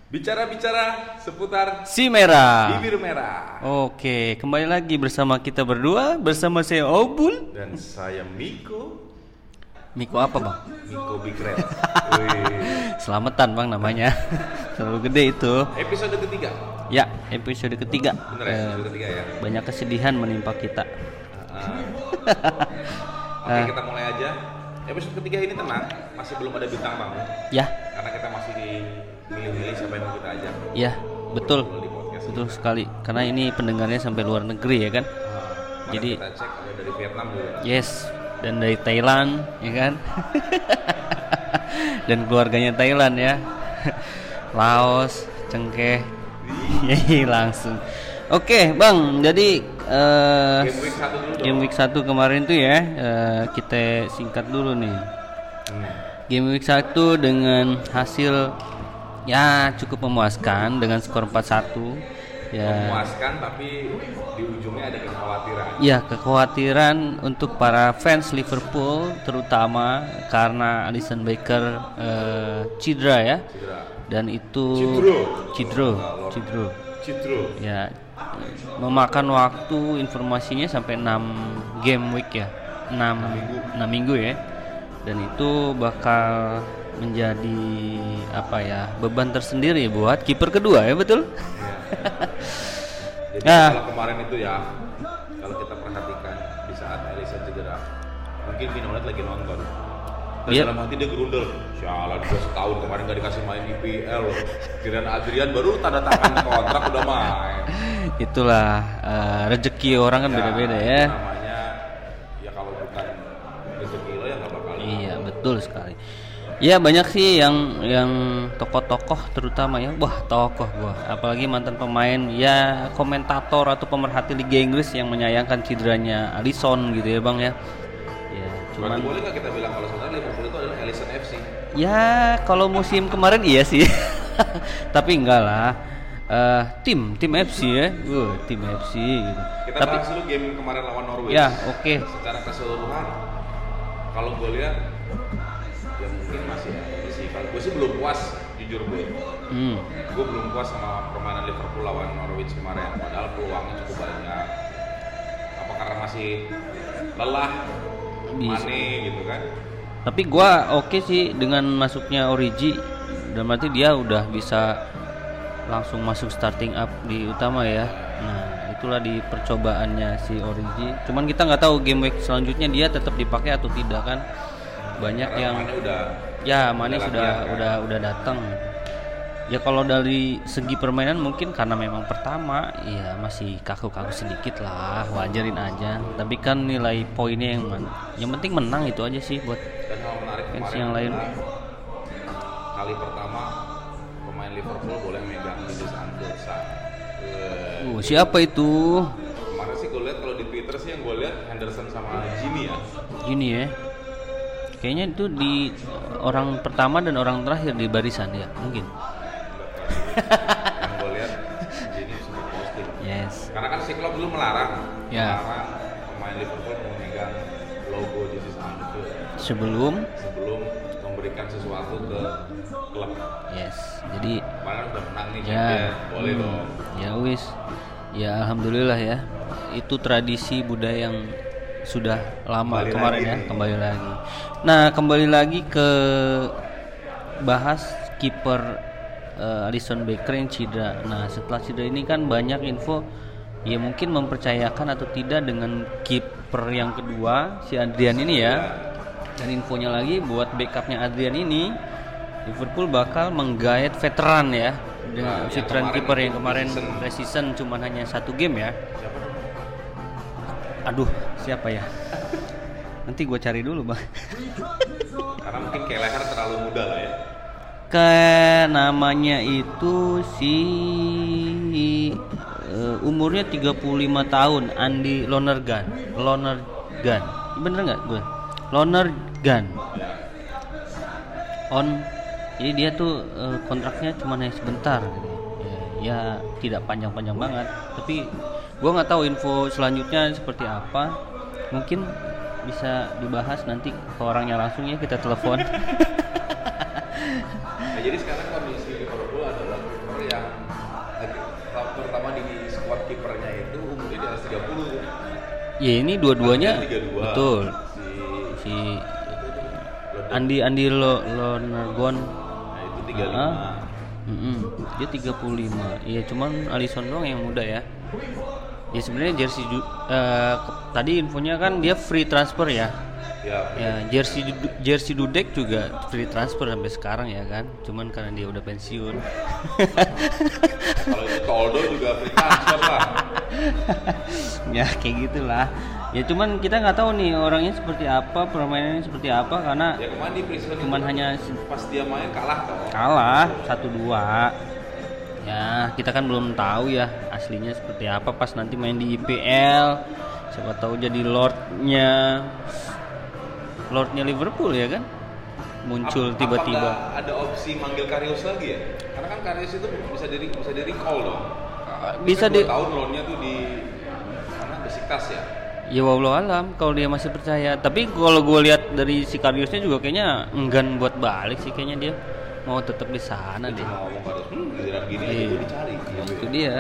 Bicara-bicara seputar Si Merah. bibir merah. Oke, kembali lagi bersama kita berdua, bersama saya Obul. Dan saya Miko. Miko apa bang? Miko Big Red. Selamatan bang namanya. Terlalu gede itu. Episode ketiga. Ya, episode ketiga. Bener ya, episode ketiga ya. Banyak kesedihan menimpa kita. Oke, kita mulai aja. Episode ketiga ini tenang, masih belum ada bintang tamu. Ya, Karena kita masih di milih-milih siapa yang mau kita ajak. ya, betul. Di podcast Betul sekali. Karena ini pendengarnya sampai luar negeri ya kan. Kemarin Jadi- kita cek ada dari Vietnam dulu. Yes, dan dari Thailand, ya kan? Dan keluarganya Thailand ya. Laos, Cengkeh. Yeay, langsung. Oke, Bang. Jadi Game week 1 dulu dong. game week 1 kemarin tuh ya, kita singkat dulu nih. Game week 1 dengan hasil ya cukup memuaskan dengan skor 4-1. Ya. Memuaskan tapi di ujungnya ada kekhawatiran. Ya, kekhawatiran untuk para fans Liverpool terutama karena Alisson Becker cedera ya. Cedera. Dan itu Cedro. Cedro. Ya, memakan waktu informasinya sampai 6 game week ya. 6 minggu ya. Dan itu bakal menjadi apa ya? Beban tersendiri buat kiper kedua ya, betul? Jadi Nah. kalau kemarin itu ya, kalau kita perhatikan di saat Alisson cedera, mungkin Vinolet lagi nonton. Dan Iya. dalam hati dia gerundel, sialan gue setahun kemarin gak dikasih main IPL loh. Kirain Adrian baru tanda tangan kontrak udah main. Itulah rezeki orang kan beda-beda ya. Itu namanya, ya kalau bukan rezeki lo ya gak bakal. Iya, betul sekali. Ya banyak sih yang tokoh-tokoh terutama ya. Wah, tokoh gua. Apalagi mantan pemain ya, komentator atau pemerhati Liga Inggris yang menyayangkan cederanya Alisson gitu ya, Bang ya. Ya, Berarti cuman boleh gak kita bilang kalau sebenarnya Liverpool itu adalah Alisson FC? ya kalau musim kemarin iya sih. Tapi enggak lah. Tim FC ya. Tim FC gitu. Kita Tapi bahas dulu game kemarin lawan Norwich. ya, oke. Secara keseluruhan, kalau gue lihat ya mungkin masih gue sih belum puas, jujur gue belum puas sama permainan Liverpool lawan Norwich kemarin, padahal peluangnya cukup banyak. Apa karena masih lelah Bisa. Mane gitu kan. Tapi gua oke sih dengan masuknya Origi, dan berarti dia udah bisa langsung masuk starting up di utama ya. Nah, itulah di percobaannya si Origi. Cuman kita nggak tahu game week selanjutnya dia tetap dipakai atau tidak kan. Banyak Karena yang Mane udah Mane udah sudah latihan, kan? udah datang. Ya kalau dari segi permainan mungkin karena memang pertama ya masih kaku-kaku sedikit lah, wajarin aja. Tapi kan nilai poinnya yang penting menang itu aja sih buat Dan hal menarik fans kemarin yang lain. adalah kali pertama pemain Liverpool boleh megang Vinicius Junior. Siapa itu? Kemarin sih gue lihat kalau di Twitter sih yang gue lihat Henderson sama Gini ya. Gini ya. Kayaknya itu di orang pertama dan orang terakhir di barisan ya, mungkin. Yang gue lihat Gini sempat posting. Yes. Karena kan si klub dulu melarang pemain Liverpool memegang logo Jesus Anfield Sebelum sebelum memberikan sesuatu ke klub. yes. Jadi Kemarin udah menang nih ya champion, boleh dong. ya wis. Ya alhamdulillah ya. Itu tradisi budaya yang sudah lama Kembali kemarin lagi ya, nih. kembali lagi. Nah, kembali lagi ke bahas kiper Alisson Becker yang cedera. Nah, setelah cedera ini kan banyak info ya mungkin mempercayakan atau tidak dengan kiper yang kedua si Adrian ini ya. Dan infonya lagi buat backupnya Adrian ini Liverpool bakal menggait veteran ya. Dengan Yang veteran kemarin kiper yang kemarin season. pre-season cuman hanya 1 game ya. Siapa dong? Aduh, siapa ya? Nanti gue cari dulu, Bang. Karena mungkin Kelleher terlalu muda lah ya. Namanya itu si umurnya 35 tahun, Andy Lonergan. Bener nggak gue? Lonergan. Jadi dia tuh kontraknya cuma hanya sebentar. Ya tidak panjang-panjang banget. Tapi gue nggak tahu info selanjutnya seperti apa. Mungkin bisa dibahas nanti ke orangnya langsung ya, kita telepon. Nah, jadi sekarang kondisi Liverpool adalah Ya ini dua-duanya Latihan 32. betul. Si Andi Lonergon. Nah itu 35. Dia 35. Iya, cuman Alisson doang yang muda ya. Ya sebenarnya tadi infonya kan dia free transfer ya. Ya, jersey Dudek juga free transfer sampai sekarang ya kan. Cuman karena dia udah pensiun. Kalau itu Toldo juga free transfer lah. Ya kayak gitulah. Ya cuman kita nggak tahu nih orangnya seperti apa, permainannya seperti apa karena Ya kemarin di preseason cuman itu hanya pas dia main kalah toh. kalah 1-2. Ya kita kan belum tahu ya aslinya seperti apa pas nanti main di IPL. Siapa tahu jadi Lordnya Liverpool ya kan, muncul tiba-tiba. Apakah ada opsi manggil Karius lagi ya? Karena kan Karius itu bisa di recall dong. Bisa kan 2 tahun loannya tuh di mana Besiktas ya. Ya wallahu alam kalau dia masih percaya. Tapi kalau gue lihat dari si Kariusnya juga kayaknya enggan buat balik sih, kayaknya dia mau tetap di sana deh. Cuma ngomong Karius, giliran gini aja gue dicari. Itu dia.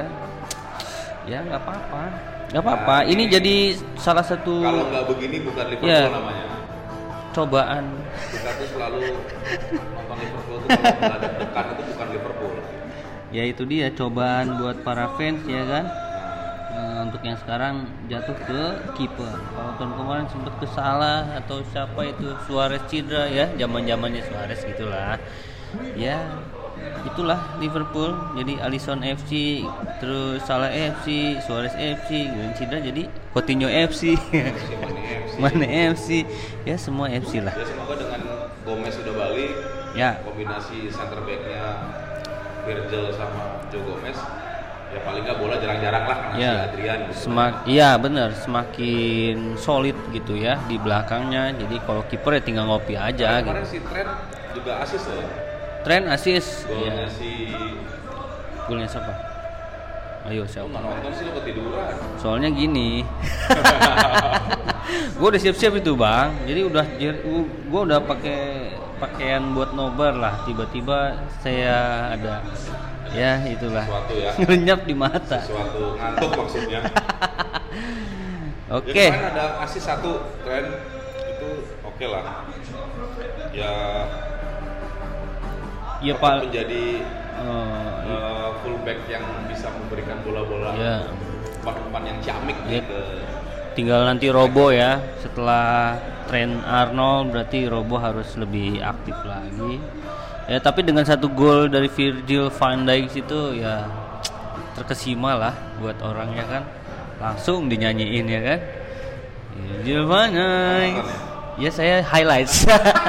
Ya nggak apa-apa. Nggak apa-apa. Ini jadi salah satu. Kalau nggak begini bukan Liverpool Ya. namanya. Cobaan. Kita tuh selalu nonton Liverpool tuh kalau nggak ada dekat itu bukan Liverpool. Ya itu dia cobaan buat para fans ya kan. Untuk yang sekarang jatuh ke kiper. Kalau tahun kemarin sempat ke Salah atau siapa itu Suarez cedera ya, zaman-zamannya Suarez gitulah. Ya itulah Liverpool. Jadi Alisson FC, terus Salah FC, Suarez FC, yang cedera jadi Coutinho FC. Mane FC. Ya semua FC lah. Ya semoga dengan Gomez sudah balik, Ya. kombinasi center back-nya Virgil sama Joe Gomez, ya paling nggak bola jarang-jarang lah karena Ya, si Adrian gitu. iya benar, semakin solid gitu ya di belakangnya. Jadi kalau kiper ya tinggal ngopi aja Kemarin gitu. si Trent juga asis loh. Trent assist. Golnya Ya. si Golnya siapa? Ayo lu siapa? nggak nonton sih, lu ketiduran. Soalnya gini. Gue udah siap-siap itu bang. Jadi gue udah pakai pakaian buat nobar lah. Tiba-tiba saya ada ya itulah Sesuatu ya. ngerenyap di mata. Sesuatu ngantuk maksudnya. Oke. Ya, kemarin ada asis 1 Trent itu oke lah. Ya Ya tetap Pak. menjadi fullback yang bisa memberikan bola-bola Ya. umpan-umpan yang ciamik Yep. ke Tinggal nanti Robo ya. Setelah Trent Arnold berarti Robo harus lebih aktif lagi. Ya tapi dengan 1 gol dari Virgil van Dijk itu ya terkesima lah buat orangnya kan. Langsung dinyanyiin ya kan. Virgil van Dijk. Ya saya highlights.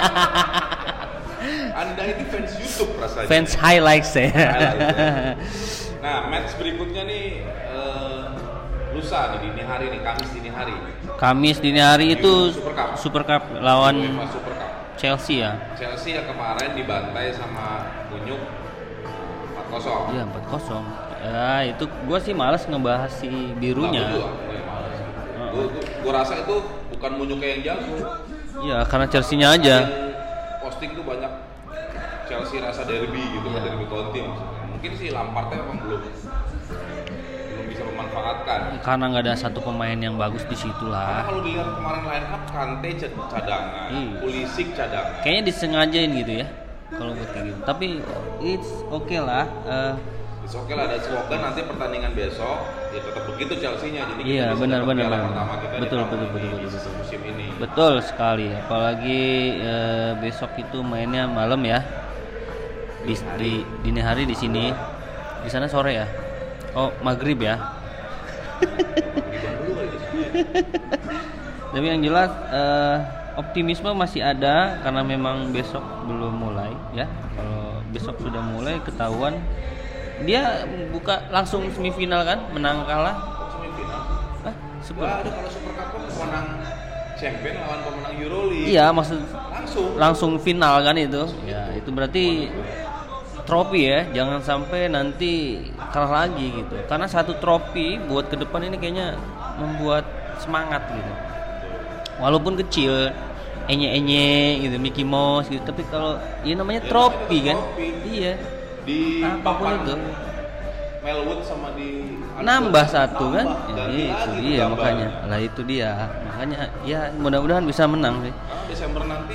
Anda ini fans YouTube rasanya. Fans highlights saya. Nah, match berikutnya nih lusa nih dini hari nih, Kamis dini hari. Kamis dini hari itu Super Cup. Super Cup lawan UEFA Super Cup. Chelsea ya. Chelsea yang kemarin dibantai sama Munyuk 4-0. Iya 4-0. Ya itu gua sih malas ngebahas si birunya. Gue rasa itu bukan Munyuknya yang jago. Iya karena Chelsea-nya aja. Yang posting tuh banyak Chelsea rasa derby gitu, Iya. derby county maksudnya. Mungkin sih Lampardnya memang belum bisa memanfaatkan. Karena nggak ada satu pemain yang bagus di situ Karena lah. kalau dilihat kemarin line up, Kante cadangan, Iya. Pulisic cadangan. Kayaknya disengajain gitu ya. Kalau buat kayak gitu. Tapi it's okay lah. It's okay lah, dan semoga nanti pertandingan besok ya tetap begitu Chelsea-nya. Jadi Iya, kita bisa benar, dapat benar, piala benar. pertama kita Betul, di tahun betul, ini, betul, di betul. musim ini. Betul sekali. Apalagi besok itu mainnya malam ya. Di dini hari di sini. Di sana sore ya. Oh maghrib ya. Ribet dulu kali di sana. Tapi yang jelas optimisme masih ada karena memang besok belum mulai ya. Kalau besok sudah mulai ketahuan dia buka langsung semifinal kan, menang kalah. Semifinal. Ah, super. Wah, ada kalau Super Cup kan pemenang champion lawan pemenang Euroleague. Iya, maksud Langsung. langsung final kan itu. Ya, itu berarti trofi ya. Jangan sampai nanti kalah lagi gitu. Karena satu trofi buat ke depan ini kayaknya membuat semangat gitu. Walaupun kecil, enye-enye gitu, Mickey Mouse gitu. Tapi kalau ini namanya Ya, trofi namanya kan. trofi. Iya. Di Apapun papan itu. Melwood sama di nambah satu kan? ganti Ya, itu lagi dia gambarnya. makanya. Lah itu dia. Makanya ya mudah-mudahan bisa menang sih. Karena Desember nanti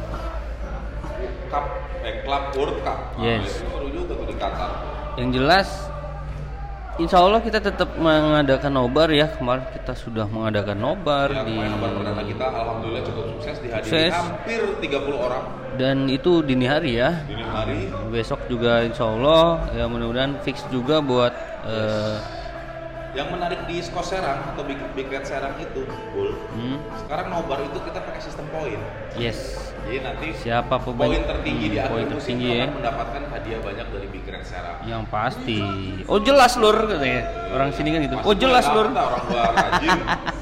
Club World Cup. Yes. Itu baru juga tuh di Qatar. Yang jelas Insya Allah kita tetap mengadakan nobar ya. Kemarin kita sudah mengadakan nobar Ya, di kemarin nobar perdana kita alhamdulillah cukup sukses, dihadiri Sukses. hampir 30 orang dan itu dini hari ya. dini hari. Besok juga Insya Allah ya mudah-mudahan fix juga buat Yang menarik di Skos Serang atau Big Red Serang itu, Bul, sekarang nobar itu kita pakai sistem poin. yes. Jadi nanti Siapa poin tertinggi di poin akhir musim tertinggi itu ya. akan mendapatkan hadiah banyak dari Big Red Serang. Yang pasti. Oh jelas lur katanya. Orang sini kan gitu. Pasti Oh jelas banyak lur. orang gua rajin.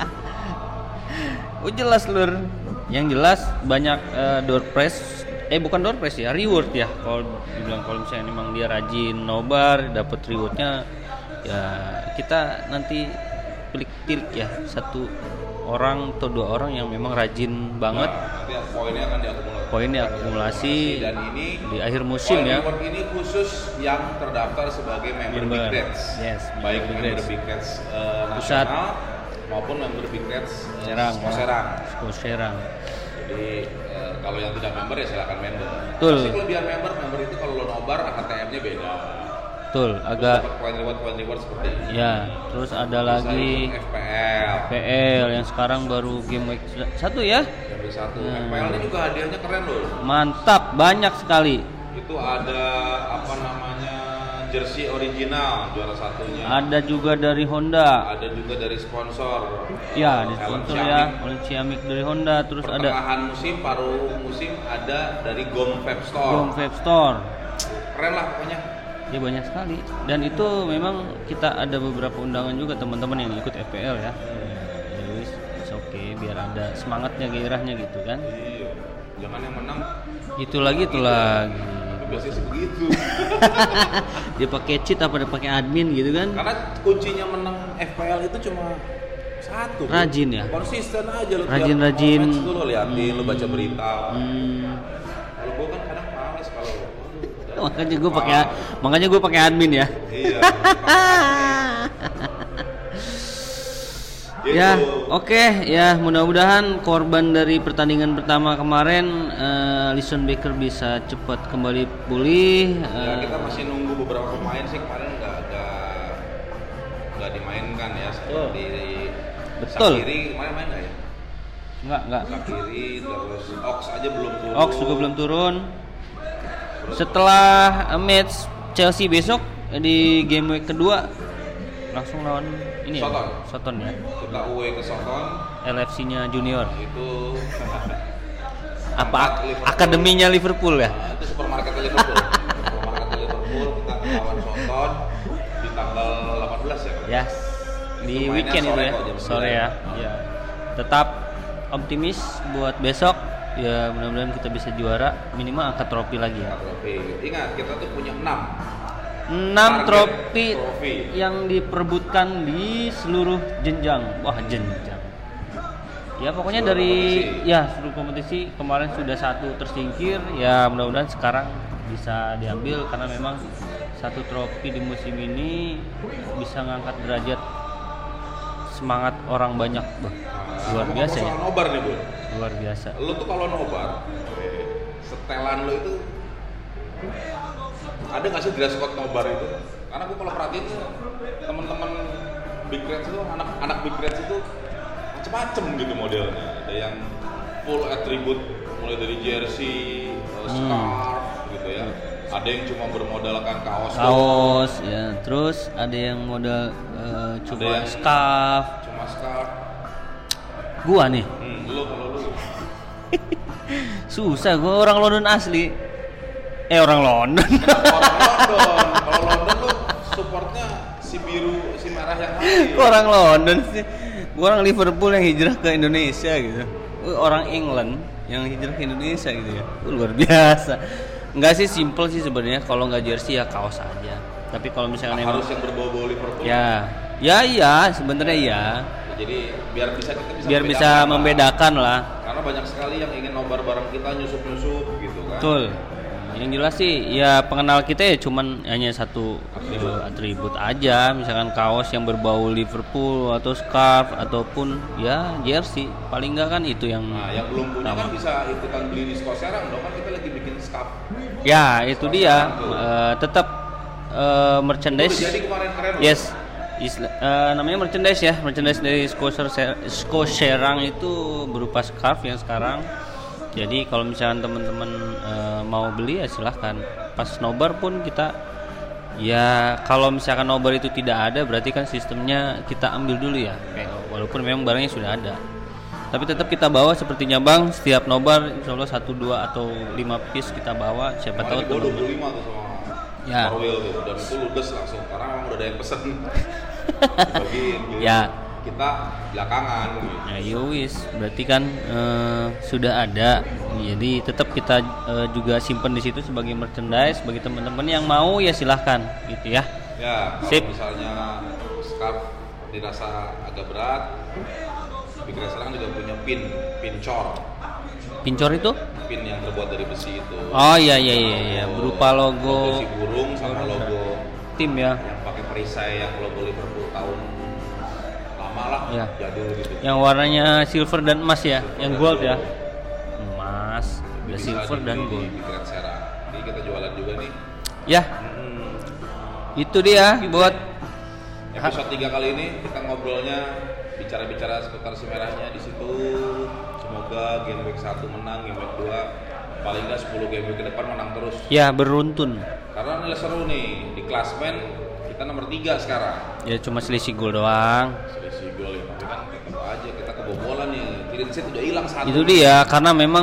Oh jelas lur. Yang jelas banyak door prize. Bukan door prize ya, reward ya. Kalau dibilang kalau misalnya memang dia rajin nobar, dapat rewardnya ya kita nanti tilik ya satu orang atau dua orang yang memang rajin banget. Nah, nanti poinnya akan diakumulasi. Poinnya akumulasi Dan ini di akhir musim ya. Reward ini khusus yang terdaftar sebagai member Big Reds. Yes, Baik Big member Reds. Big Reds Pusat nasional maupun member Big Reds Serang. Skos Serang. Skos Serang. Jadi kalau yang tidak member ya silakan member. Betul. Pasti kelebihan member itu kalau lo nobar ATM-nya beda. Betul, Terus agak dapat poin reward seperti ini. ya. Terus ada Bisa lagi ikut FPL. PL yang sekarang baru game week 1 ya. Yang satu. FPL ini juga hadiahnya keren loh. Mantap, banyak sekali. Itu ada apa namanya jersey original juara satunya. Ada juga dari Honda. Ada juga dari sponsor. Ya, di Helm sponsor Xiaomi. ya, oleh Ciamik dari Honda. Terus ada Pertengahan musim, paruh musim ada dari Gom Vape Store. Gom Vape Store. Keren lah pokoknya. Ya banyak sekali. Dan itu memang kita ada beberapa undangan juga teman-teman yang ikut FPL ya. Ya wis, oke, biar ada semangatnya, gairahnya gitu kan. Iya. Jangan yang menang. Itu lagi. Biasanya sih begitu. Dia pakai cheat apa dia pakai admin gitu kan? Karena kuncinya menang FPL itu cuma satu. Rajin ya? Konsisten aja lo. Rajin-rajin. Match tuh lo liatin, lo baca berita. Hmm. Kalau gua kan kadang males kalau. Makanya gue pakai admin ya. Iya. Gitu. Ya, oke ya, mudah-mudahan korban dari pertandingan pertama kemarin Alisson Becker bisa cepat kembali pulih. Ya, kita masih nunggu beberapa pemain sih, kemarin nggak dimainkan ya, seperti Betul. Sakiri kemarin main nggak ya? Enggak. Sakiri, terus Ox aja belum turun. Ox juga belum turun. Setelah match Chelsea besok di game week kedua langsung lawan ini Soton. ya, Soton ya. Kita away ke Soton, LFC-nya junior. itu Apa Liverpool. akademinya Liverpool ya? Nah, itu supermarket Liverpool. Supermarket Liverpool kita lawan Soton di tanggal 18 ya. Ya. Di Itu mainnya weekend itu sore ya. kok, jam Sore 9. ya. Ya. Tetap optimis buat besok. Ya mudah-mudahan kita bisa juara, minimal angkat trofi lagi ya. Oke, ingat kita tuh punya 6 6 Target trofi yang diperebutkan di seluruh jenjang. Wah, jenjang. Ya pokoknya Seluruh dari kompetisi. ya seluruh kompetisi kemarin sudah satu tersingkir. Ya mudah-mudahan sekarang bisa diambil karena memang satu trofi di musim ini bisa ngangkat derajat semangat orang banyak. Bah, luar Ngomong biasa ya. soal nobar nih, Bu. Luar biasa. Lo tuh kalau nobar, setelan lo itu ada nggak sih dress code nobar itu? Karena gue kalau perhatiin tuh teman-teman Big Reds itu, anak Big Reds itu macem-macem gitu modelnya. Ada yang full atribut mulai dari jersey, scarf gitu ya. Ada yang cuma bermodalkan kaos doang. Kaos ya, terus ada yang modal coba yang scarf. Cuma scarf. Gua nih Lo kalau lo susah, gua orang London asli. Orang London. orang London, kalau London lo supportnya si biru, si merah yang lain. Kok orang London sih? Gua orang Liverpool yang hijrah ke Indonesia gitu. Orang England yang hijrah ke Indonesia gitu ya. Luar biasa. Enggak sih, simple sih sebenarnya. Kalau nggak jersey ya kaos aja. Tapi kalau misalnya Harus yang berbau-bau Liverpool. ya iya sebenarnya ya. Jadi biar bisa Biar bisa membedakan lah. Karena banyak sekali yang ingin nobar bareng kita nyusup-nyusup gitu kan. Betul. Yang jelas sih ya pengenal kita ya cuman hanya satu atribut aja, misalkan kaos yang berbau Liverpool atau scarf ataupun ya jersey, paling enggak kan itu yang. Nah, yang belum punya kan bisa ikutan beli di Skoserang dong, kan kita lagi bikin scarf. Ya itu dia, tetap merchandise. Udah jadi kemarin keren loh. Yes. Namanya merchandise ya, merchandise dari Skoserang itu berupa scarf yang sekarang. Jadi kalau misalkan teman-teman mau beli ya silahkan. Pas nobar pun kita ya kalau misalkan nobar itu tidak ada berarti kan sistemnya kita ambil dulu ya. Walaupun memang barangnya sudah ada. Tapi tetap kita bawa sepertinya Bang, setiap nobar insyaallah 1, 2 atau 5 piece kita bawa. Siapa tahu tuh 25 tuh sama ya. Marwil tuh, dan itu ludes langsung karena memang udah ada yang pesen. Dibagiin gitu. Ya. Kita belakangan gitu. Ya yowis, berarti kan sudah ada. Jadi tetap kita juga simpen di situ sebagai merchandise bagi teman-teman yang mau ya silahkan gitu ya. Ya, kalau misalnya scarf dirasa agak berat, Big Wrestling juga punya pincor. Pincor itu? Pin yang terbuat dari besi itu. Oh iya, berupa logo si burung sama logo tim ya. Yang pakai perisai yang logo Liverpool tahun lama lah, ya. Jadul gitu. Yang warnanya silver dan emas ya, yang gold ya. Emas, ya silver dan gold. Di Big Serang. Jadi kita jualan juga nih. Ya. Itu dia buat episode 3 kali ini kita ngobrolnya bicara-bicara seputar si merahnya di situ. Semoga game week 1 menang, game week 2 paling nggak 10 game week ke depan menang terus. Ya, beruntun. Karena nilai seru nih di klasmen kita nomor 3 sekarang. Ya cuma selisih gol doang. Selisih gol ya, tapi kan tetap aja kita kebobolan nih. Clean sheet udah hilang satu. Itu dia karena memang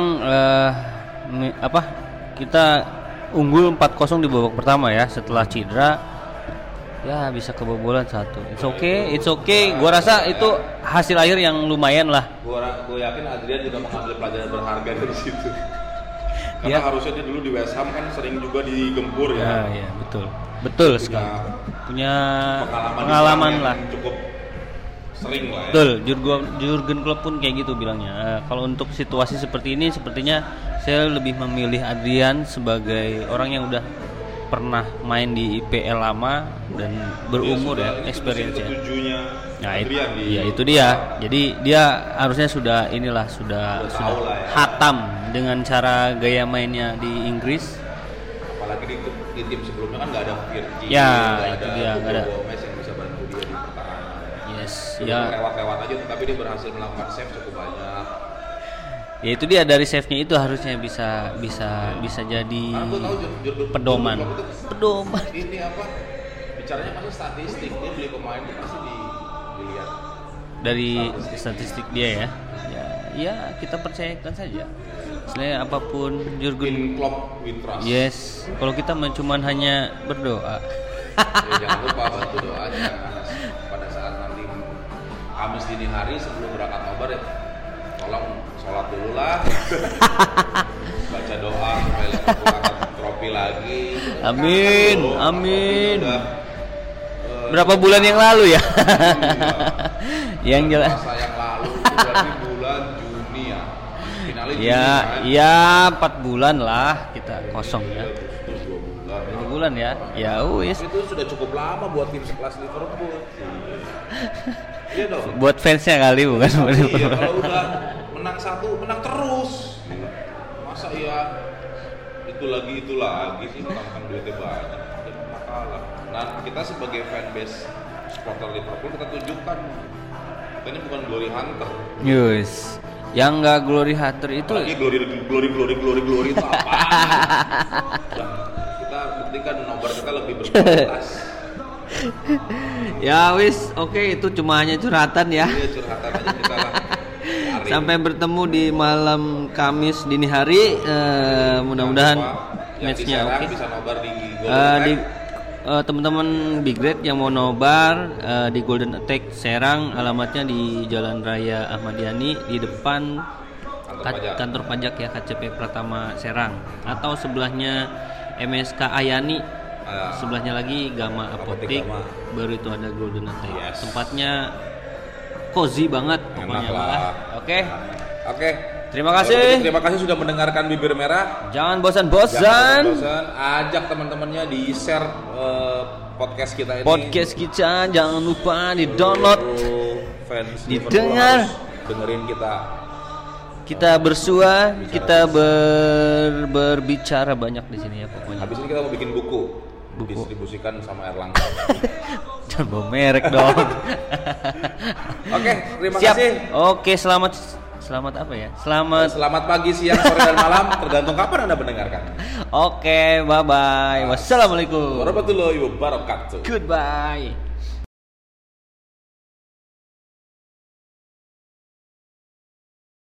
kita unggul 4-0 di babak pertama ya setelah cedera. Ya bisa kebobolan 1. It's okay. Gua rasa itu hasil akhir yang lumayan lah. Gua yakin Adrian juga mengambil pelajaran berharga dari situ. Karena ya. harusnya dia dulu di West Ham kan sering juga digempur ya. Ya, betul sekali. Punya pengalaman lah. Cukup sering lah ya. Betul, Jurgen Klopp pun kayak gitu bilangnya. Kalau untuk situasi seperti ini sepertinya saya lebih memilih Adrian sebagai orang yang udah pernah main di IPL lama dan berumur ya, experience ya. Nah, itu dia. Jadi dia harusnya sudah sudah ya. hatam dengan cara gaya mainnya di Inggris. Apalagi di tim sebelumnya kan nggak ada Virgil, ya itu dia nggak ada Gomez yang bisa bantu dia di pertahanan. Yes, ya lewat-lewat aja, tapi dia berhasil melakukan save cukup banyak. Ya itu dia, dari save-nya itu harusnya bisa jadi pedoman. Ini apa? Bicaranya pasti statistik. Dia beli pemain itu pasti dilihat dari statistik dia ya. Ya kita percayakan saja. Selain apapun Jurgen Klopp with trust. Yes. Kalau kita cuma hanya berdoa. Ya, jangan lupa bantu doanya pada saat nanti Kamis dini hari sebelum berangkat nobar ya. Tolong sholat dulu lah. Baca doa supaya Liverpool angkat trofi lagi. Amin. Berapa bulan yang lalu ya? Yang jelas. Masa yang lalu itu berarti bulan Juni ya. Finalnya Juni kan? Ya 4 bulan lah kita kosong ya. 2 bulan ya. Ya wis. Itu sudah cukup lama buat tim sekelas Liverpool. Iya dong. Buat fansnya kali bukan buat Liverpool. Iya, kalau udah menang 1 menang terus. Masa ya itu lagi sih menang duitnya banyak. Makalah. Nah, kita sebagai fanbase supporter Liverpool kita tunjukkan kita ini bukan glory hunter. Yes. Yang nggak glory hunter itu. Lagi glory itu apa? Kita buktikan nobar kita lebih berkualitas. Ya wis, oke, itu cuma hanya curhatan ya. Iya, curhatan aja kita lah. Sampai bertemu di malam Kamis dini hari. Mudah-mudahan matchnya oke. Bisa nobar di teman-teman Big Red yang mau nobar di Golden Attack Serang, alamatnya di Jalan Raya Ahmad Yani di depan kantor pajak ya, KCP Pratama Serang, atau sebelahnya MSK Ayani, sebelahnya lagi Gama Apotek, baru itu ada Golden Attack. Tempatnya cozy banget pokoknya lah. Oke. Terima kasih. Terima kasih sudah mendengarkan Bibir Merah. Jangan bosan-bosan. Ajak teman-temannya di share podcast kita ini. Podcast kita jangan lupa di-download, fans didengar, dengerin kita. Kita bersua, kita berbicara banyak di sini ya pokoknya. Habis ini kita mau bikin buku. Distribusikan sama Erlangga. Jangan bawa merek dong. Oke, terima Siap. kasih. Oke, selamat apa ya? Selamat pagi, siang, sore, dan malam, tergantung kapan Anda mendengarkan. Oke, bye bye. Wassalamualaikum warahmatullahi wabarakatuh. Goodbye.